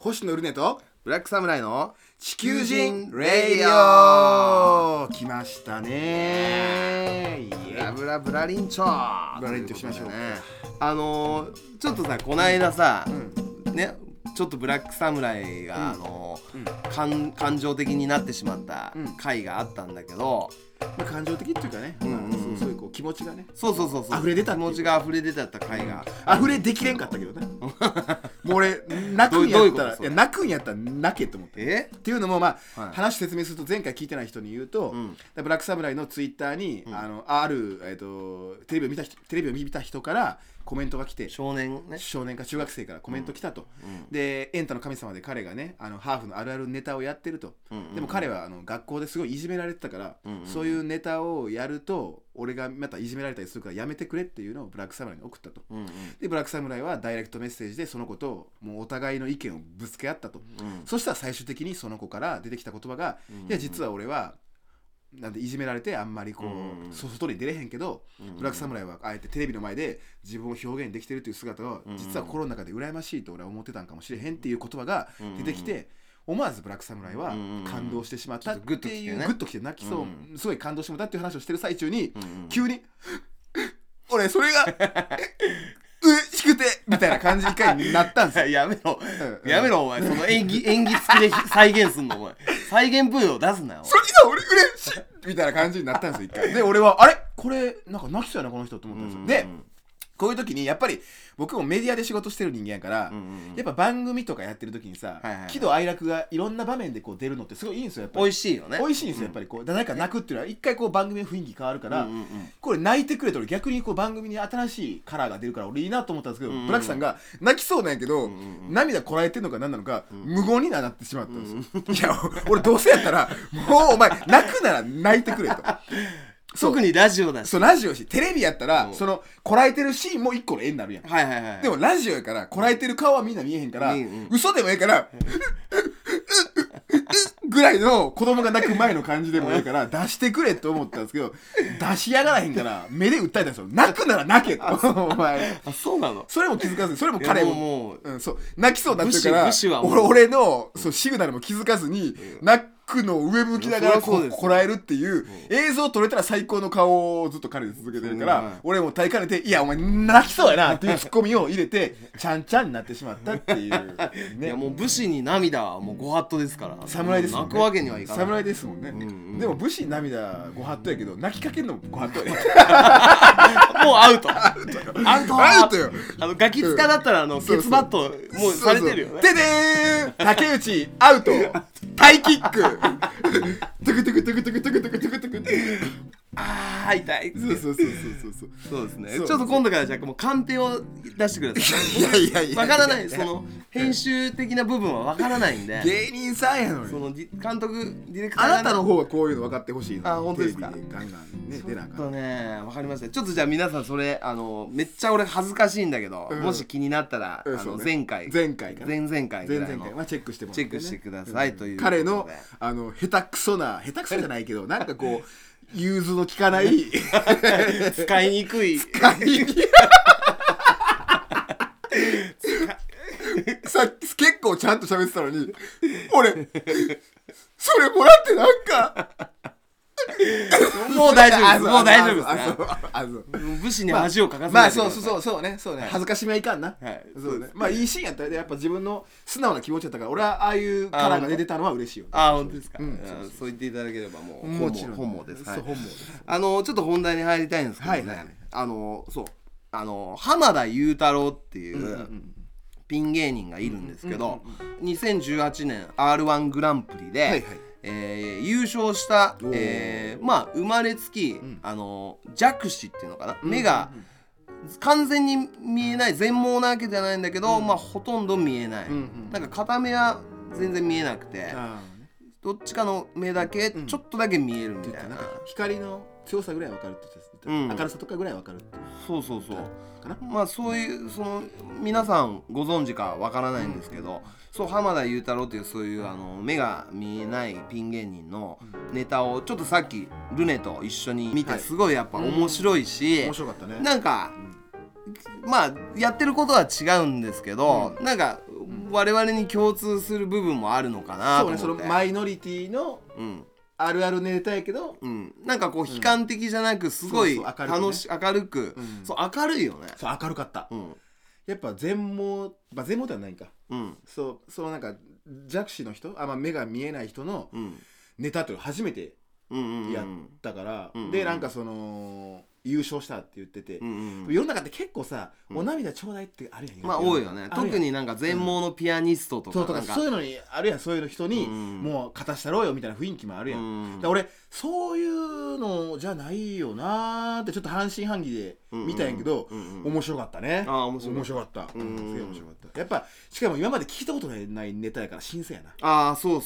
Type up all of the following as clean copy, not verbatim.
星野ルネとブラックサムライの地球人レイディオ来ましたね。 ブラブラブラリンチョブラリンチョしましょうね。ちょっとさ、こないださ、ね、ちょっとブラックサムライが、感情的になってしまった回があったんだけど、 まあ、感情的っていうかね、そういうこう気持ちがね、 そう溢れ出た気持ちが溢れ出た回が、 溢れできれんかったけどねもう俺泣くんやったら泣くんやったら泣けと思って。っていうのもまあ、話説明すると前回聞いてない人に言うと、ブラックサムライのツイッターに、ある、テレビを見た人からコメントが来て、少年か中学生からコメント来たと、でエンタの神様で彼がねハーフのあるあるネタをやってると、でも彼は学校ですごいいじめられてたから、そういうネタをやると俺がまたいじめられたりするからやめてくれっていうのをブラックサムライに送ったと、でブラックサムライはダイレクトメッセージでその子ともうお互いの意見をぶつけ合ったと、そしたら最終的にその子から出てきた言葉が、いや実は俺はなんでいじめられてあんまりこう、外に出れへんけど、ブラックサムライはあえてテレビの前で自分を表現できてるという姿を、実は心の中で羨ましいと俺は思ってたんかもしれへんっていう言葉が出てきて、思わずブラックサムライは感動してしまったっていう、グッときて泣きそう、すごい感動してもらったっていう話をしてる最中に、急に俺それが嬉しくてみたいな感じになったんですよ。 やめろお前、その演技付きで再現すんのお前、再現部位を出すなよ。 それが俺嬉しいみたいな感じになったんですよ一回で。俺はあれこれなんか泣きそうやなこの人と思ったんですよ。でこういう時にやっぱり僕もメディアで仕事してる人間やから、やっぱ番組とかやってる時にさ、喜怒哀楽がいろんな場面でこう出るのってすごいいいんですよ。やっぱり美味しいよね。 美味しいんですよやっぱりこう誰か泣くっていうのは一回こう番組の雰囲気変わるから、これ泣いてくれと俺逆にこう番組に新しいカラーが出るから俺いいなと思ったんですけど、ブラックさんが泣きそうなんやけど、涙こらえてんのか何なのか無言になってしまったんですよ。いや俺どうせやったらもうお前泣くなら泣いてくれと。 特にラジオだし、 そうラジオしテレビやったらそのこらえてるシーンも一個の絵になるやん。でもラジオやからこらえてる顔はみんな見えへんから、嘘でもええからぐらいの子供が泣く前の感じでもええから出してくれと思ったんですけど、出しやがらへんから目で訴えたんですよ。泣くなら泣けと。お前そうなの。 それも気づかずに、それも彼もそう泣きそうになってるから俺俺のそうシグナルも気づかずに泣くのを上向きながらこらえるっていう映像撮れたら最高の顔をずっと彼で続けてるから、俺も耐えかねていやお前泣きそうやなっていうツッコミを入れてちゃんちゃんになってしまったっていうね。いやもう武士に涙はもうご法度ですから。 侍ですもんね。 泣くわけにはいかない。 侍ですもんね。でも武士に涙ご法度やけど泣きかけるのもご法度やね。 もうアウトアウトよ。 ガキ使だったらケツバットもうされてるよね。 ででーん竹内アウトタイキックトゥクトゥクトゥクトゥクトゥクトゥクトゥクトゥクあー痛い。 そうですね。ちょっと今度からじゃあもうカンペを出してください。いやわからない、その編集的な部分はわからないんで。 芸人さんやのに。 その監督ディレクターあなたの方はこういうの分かってほしいの。 あ本当ですか。 テレビでガンガンね出なかった。わかりました。ちょっとじゃあ皆さんそれめっちゃ俺恥ずかしいんだけど、もし気になったら前回か前々回ぐらいのチェックしてもらってチェックしてくださいという。 彼の下手くそじゃないけどなんかこう融通の利かない使いにくいさっき結構ちゃんと喋ってたのに俺それもらってなんかもう大丈夫です武士に恥をかかせないでください。 そうね恥ずかしめはいかんな。そうね。まあいいシーンやったらやっぱ自分の素直な気持ちやったから俺はああいうカラーが出てたのは嬉しいよ。 本当ですか。そう言っていただければもう本望です。ちょっと本題に入りたいんですけどね、浜田雄太郎っていうピン芸人がいるんですけど、2018年 R1 グランプリで優勝した、まあ生まれつき、弱視っていうのかな、目が完全に見えない、全盲なわけじゃないんだけど、まあほとんど見えない、なんか片目は全然見えなくて、どっちかの目だけちょっとだけ見えるみたいな、 光の強さぐらい分かるって言ってた、明るさとかぐらい分かるって。 そうまあそういうその皆さんご存知かわからないんですけど、そう浜田雄太郎っていうそういう目が見えないピン芸人のネタをちょっとさっきルネと一緒に見て、すごいやっぱ面白いし、 面白かったね。 なんかまあやってることは違うんですけど、なんか我々に共通する部分もあるのかなと思って。 そうね、そのマイノリティのあるあるネタやけど、 なんかこう悲観的じゃなくすごい楽し明るく、そう明るいよね。 そう明るかった、やっぱ全盲、全盲ではないんか、そうなんか弱視の人、目が見えない人のネタっていうの初めてやったから、でなんかその優勝したって言ってて、世の中って結構さ、お涙ちょうだいってあるやん。 多いよね。特になんか全盲のピアニストとかそういうのにあるやん。そういう人にもう勝たしたろうよみたいな雰囲気もあるやん。俺そういうのじゃないよなーってちょっと半信半疑で見たんやけど、面白かったね。面白かった。すげえ面白かった。やっぱしかも今まで聞いたことないネタやから新鮮やな。 そう、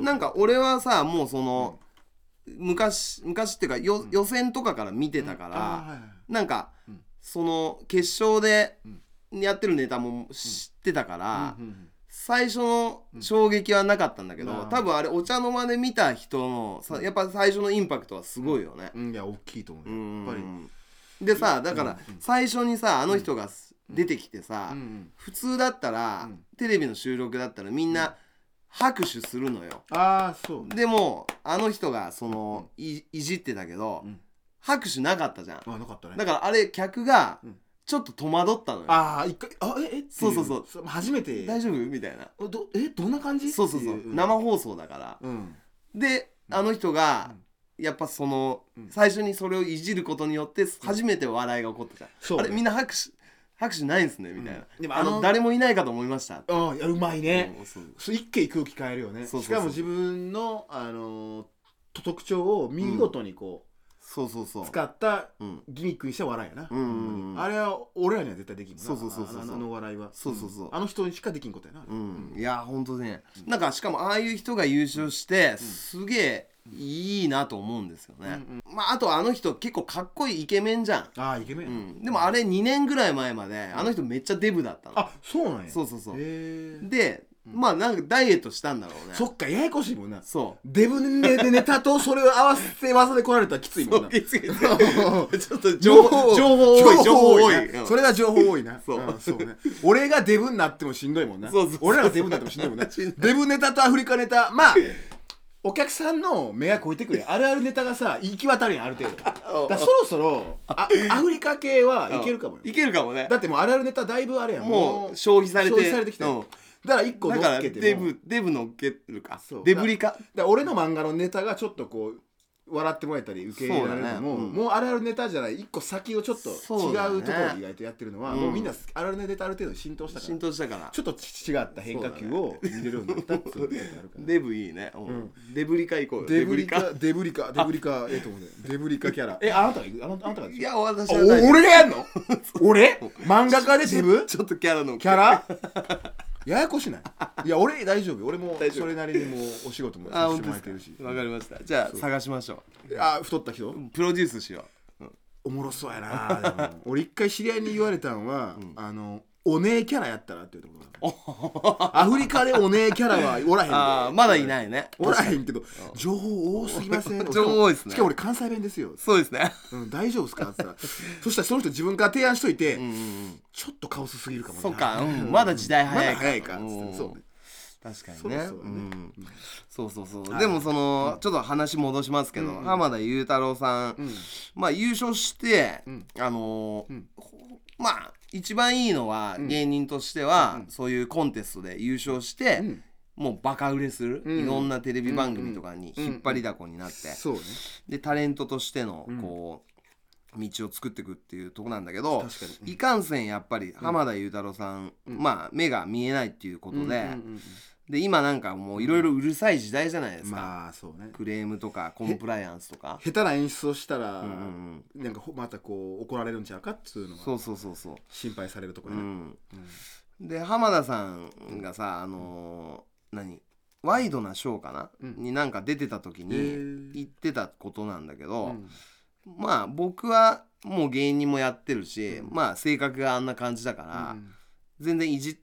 なんか俺はさ、もうその昔っていうか予選とかから見てたから、なんかその決勝でやってるネタも知ってたから、最初の衝撃はなかったんだけど、多分あれお茶の間で見た人のやっぱ最初のインパクトはすごいよね。 いや大きいと思うよ、やっぱり。 でさ、だから最初にさ、あの人が出てきてさ、普通だったらテレビの収録だったらみんな拍手するのよ。 そう。 でもあの人がそのいじってたけど、拍手なかったじゃん。 なかったね。 だからあれ客がちょっと戸惑ったのよ。 一回そう初めて大丈夫みたいな。 どんな感じ？ そう生放送だから。であの人がやっぱその最初にそれをいじることによって初めて笑いが起こったじゃん。あれみんな拍手ないんすねみたいな。でも誰もいないかと思いました。 うまいね。一気に空気変えるよね。しかも自分の特徴を見事にこう使ったギミックにして笑いやな。あれは俺らには絶対できんもんな。あの笑いは。あの人にしかできんことやな。 いやほんとね。なんかしかもああいう人が優勝してすげえいいなと思うんですよね。あとあの人結構かっこいいイケメンじゃん。 イケメン。 でもあれ2年ぐらい前まであの人めっちゃデブだったの。 そうなんや。 そうでなんかダイエットしたんだろうね。 そっか、ややこしいもんな。 デブネタとそれを合わせ技で来られたらきついもんな。 きついちょっと情報多い。 それは情報多いな。そうね。俺がデブになってもしんどいもんな。俺らがデブになってもしんどいもんな。デブネタとアフリカネタ、お客さんの目が超えてくるあるあるネタがさ、行き渡るやん、ある程度。だそろそろアフリカ系はいけるかもよ。 いけるかもね。 だってもうあるあるネタだいぶあれやん。 もう消費されてきたよ。だから1個乗っけてもデブ乗っけるか。デブリか。 俺の漫画のネタがちょっとこう笑ってもらえたり受け入れられるのも、もうあるあるネタじゃない1個先をちょっと違うところで意外とやってるのは、もうみんなあるあるネタある程度浸透したからちょっと違った変化球を見れるようになったっていうのがあるから。 デブいいね。デブリカ行こうよ。 デブリカと思うね。デブリカキャラ。あなたが行く？あなたが？ いや私はない。 俺がやんの？俺？漫画家でデブ？ ちょっとキャラのキャラ？ややこしない？いや俺大丈夫。俺もそれなりにもうお仕事もさせてもらえてるし。 わかりました。じゃあ探しましょう。太った人？ プロデュースしよう。おもろそうやな。でも俺一回知り合いに言われたんはお姉キャラやったらっていうところ。アフリカでお姉キャラはおらへんで。 まだいないね。 おらへんけど情報多すぎません？ 情報多いですね。 しかも俺関西弁ですよ。 そうですね。 大丈夫ですかって言ったら、そしたらその人自分から提案しといて、ちょっとカオスすぎるかもね。 そうか、まだ時代早いか。そうね。 確かにね。そうでもそのちょっと話戻しますけど、浜田雄太郎さん優勝して一番いいのは芸人としてはそういうコンテストで優勝してもうバカ売れする、いろんなテレビ番組とかに引っ張りだこになって、でタレントとしてのこう道を作っていくっていうとこなんだけど、いかんせんやっぱり浜田雄太郎さん、目が見えないっていうことで、今なんかもういろいろうるさい時代じゃないですか。クレームとかコンプライアンスとか下手な演出をしたらなんかまたこう怒られるんちゃうかっつうのは心配されるところね。 で浜田さんがさワイドなショーかな、になんか出てた時に言ってたことなんだけど、僕はもう芸人もやってるし、性格があんな感じだから、全然いじっ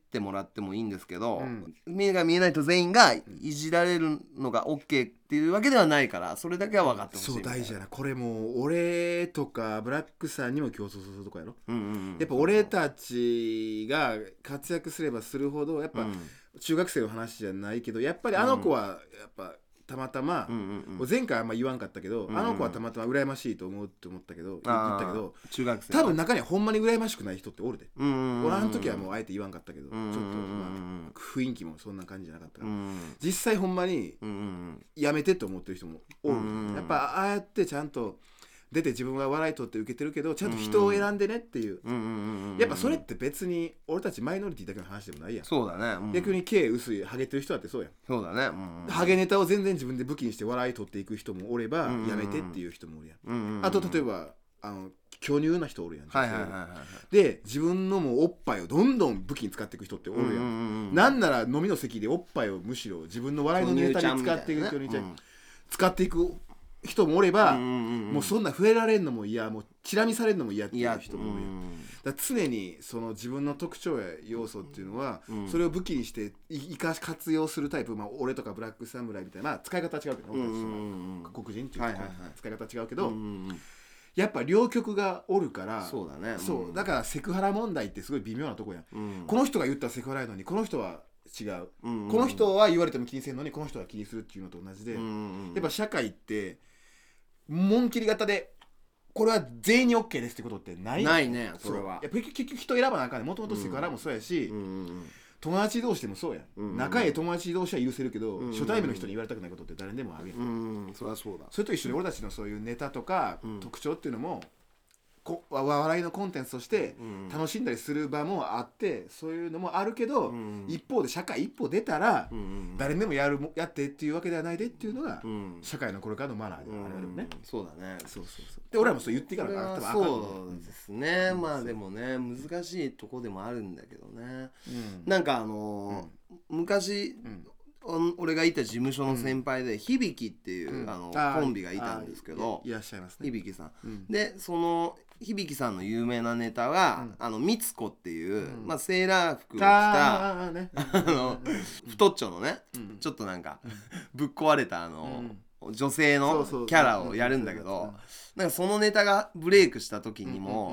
ってもらってもいいんですけど、目が見えないと全員がいじられるのが OK っていうわけではないから、それだけは分かってほしい。 そう大事やな。これもう俺とかブラックさんにも競争するとこやろ、やっぱ俺たちが活躍すればするほどやっぱ中学生の話じゃないけど、やっぱりあの子はやっぱたまたま、前回あんま言わんかったけど、あの子はたまたま羨ましいと思うって思ったけど、言ったけど、 中学生多分中にはほんまに羨ましくない人っておるで。俺あの時はもうあえて言わんかったけど、ちょっと、雰囲気もそんな感じじゃなかったから、実際ほんまにやめてと思ってる人もおる。やっぱああやってちゃんと出て自分は笑い取って受けてるけど、ちゃんと人を選んでねっていう、やっぱそれって別に俺たちマイノリティだけの話でもないやん。 そうだね、 逆に毛薄いハゲてる人だってそうやん。 そうだね、 ハゲネタを全然自分で武器にして笑い取っていく人もおれば、やめてっていう人もおるやん。あと例えば巨乳な人おるやん。で自分のもうおっぱいをどんどん武器に使っていく人っておるやん。なんなら飲みの席でおっぱいをむしろ自分の笑いのネタに使っていく、巨乳ちゃん使っていく人もおれば、もうそんな触れられんのも嫌、もうチラ見されるのも嫌っていう人もおるやん。だから常にその自分の特徴や要素っていうのは、それを武器にして活用するタイプ、俺とかブラックサムライみたいな、使い方は違うけど、黒人っていう使い方は違うけど、やっぱ両極がおるから。 そうだね。 そうだからセクハラ問題ってすごい微妙なとこやん。この人が言ったらセクハラやのにこの人は違う、この人は言われても気にせんのにこの人は気にするっていうのと同じで、やっぱ社会って紋切り型でこれは全員に OK ですってことってないね。それは結局人選ばなあかんね。もともとセクハラもそうやし、友達同士でもそうや、仲いい友達同士は許せるけど、初対面の人に言われたくないことって誰でもあるやん。 そりゃそうだ。 それと一緒に俺たちのそういうネタとか特徴っていうのも笑いのコンテンツとして楽しんだりする場もあって、そういうのもあるけど、一方で社会一歩出たら誰でもやってっていうわけではないでっていうのが社会のこれからのマナーであるよね。 そうだね。 そうで俺らもそう言っていかなきゃ多分そうですね。まあでもね、難しいとこでもあるんだけどね。なんか昔俺がいた事務所の先輩で響っていうコンビがいたんですけど、 いらっしゃいますね、 響さん。でその響さんの有名なネタがみつこっていうセーラー服を着た太っちょのね、ちょっとなんかぶっ壊れた女性のキャラをやるんだけど、なんかそのネタがブレイクした時にも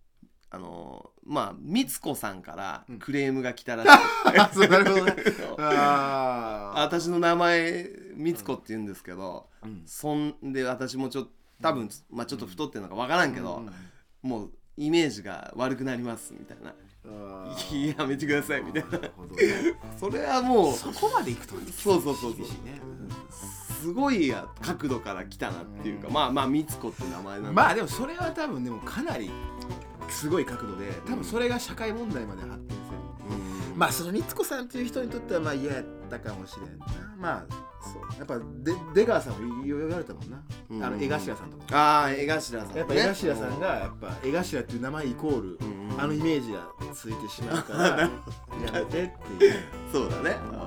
みつこさんからクレームが来たらしい。 そうなるほどね。 私の名前みつこって言うんですけど、そんで私もちょっと多分ちょっと太ってるのか分からんけど、もうイメージが悪くなりますみたいな、やめてくださいみたいな。それはもうそこまでいくとそうすごい角度から来たなっていうか、みつこって名前なんだ。 でもそれは多分でもかなりすごい角度で、多分それが社会問題まで発展する。そのみつこさんっていう人にとっては嫌やったかもしれんな。そうやっぱ出川さんも言われたもんな、江頭さんとか。 江頭さんね。 やっぱ江頭さんがやっぱ江頭っていう名前イコールイメージがついてしまうからやめてっていう。 そうだね。